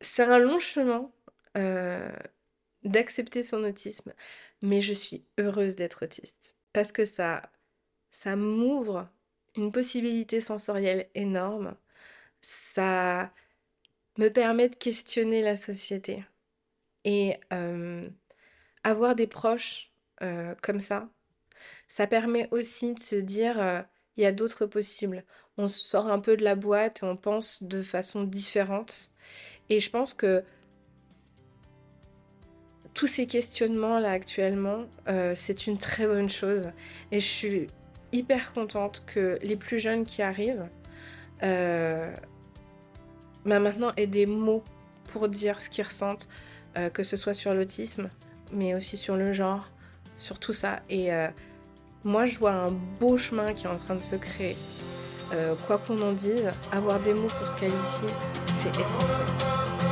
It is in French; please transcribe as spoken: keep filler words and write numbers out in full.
C'est un long chemin, heu, d'accepter son autisme, mais je suis heureuse d'être autiste parce que ça ça m'ouvre une possibilité sensorielle énorme. Ça me permet de questionner la société et hem, avoir des proches, heu, comme ça, ça permet aussi de se dire, heu: «Il y a d'autres possibles». On sort un peu de la boîte et on pense de façon différente et je pense que tous ces questionnements-là actuellement, heu, c'est une très bonne chose et je suis hyper contente que les plus jeunes qui arrivent, heu, bah, maintenant aient des mots pour dire ce qu'ils ressentent, heu, que ce soit sur l'autisme, mais aussi sur le genre, sur tout ça et heu, moi je vois un beau chemin qui est en train de se créer. Heu, quoi qu'on en dise, avoir des mots pour se qualifier, c'est essentiel.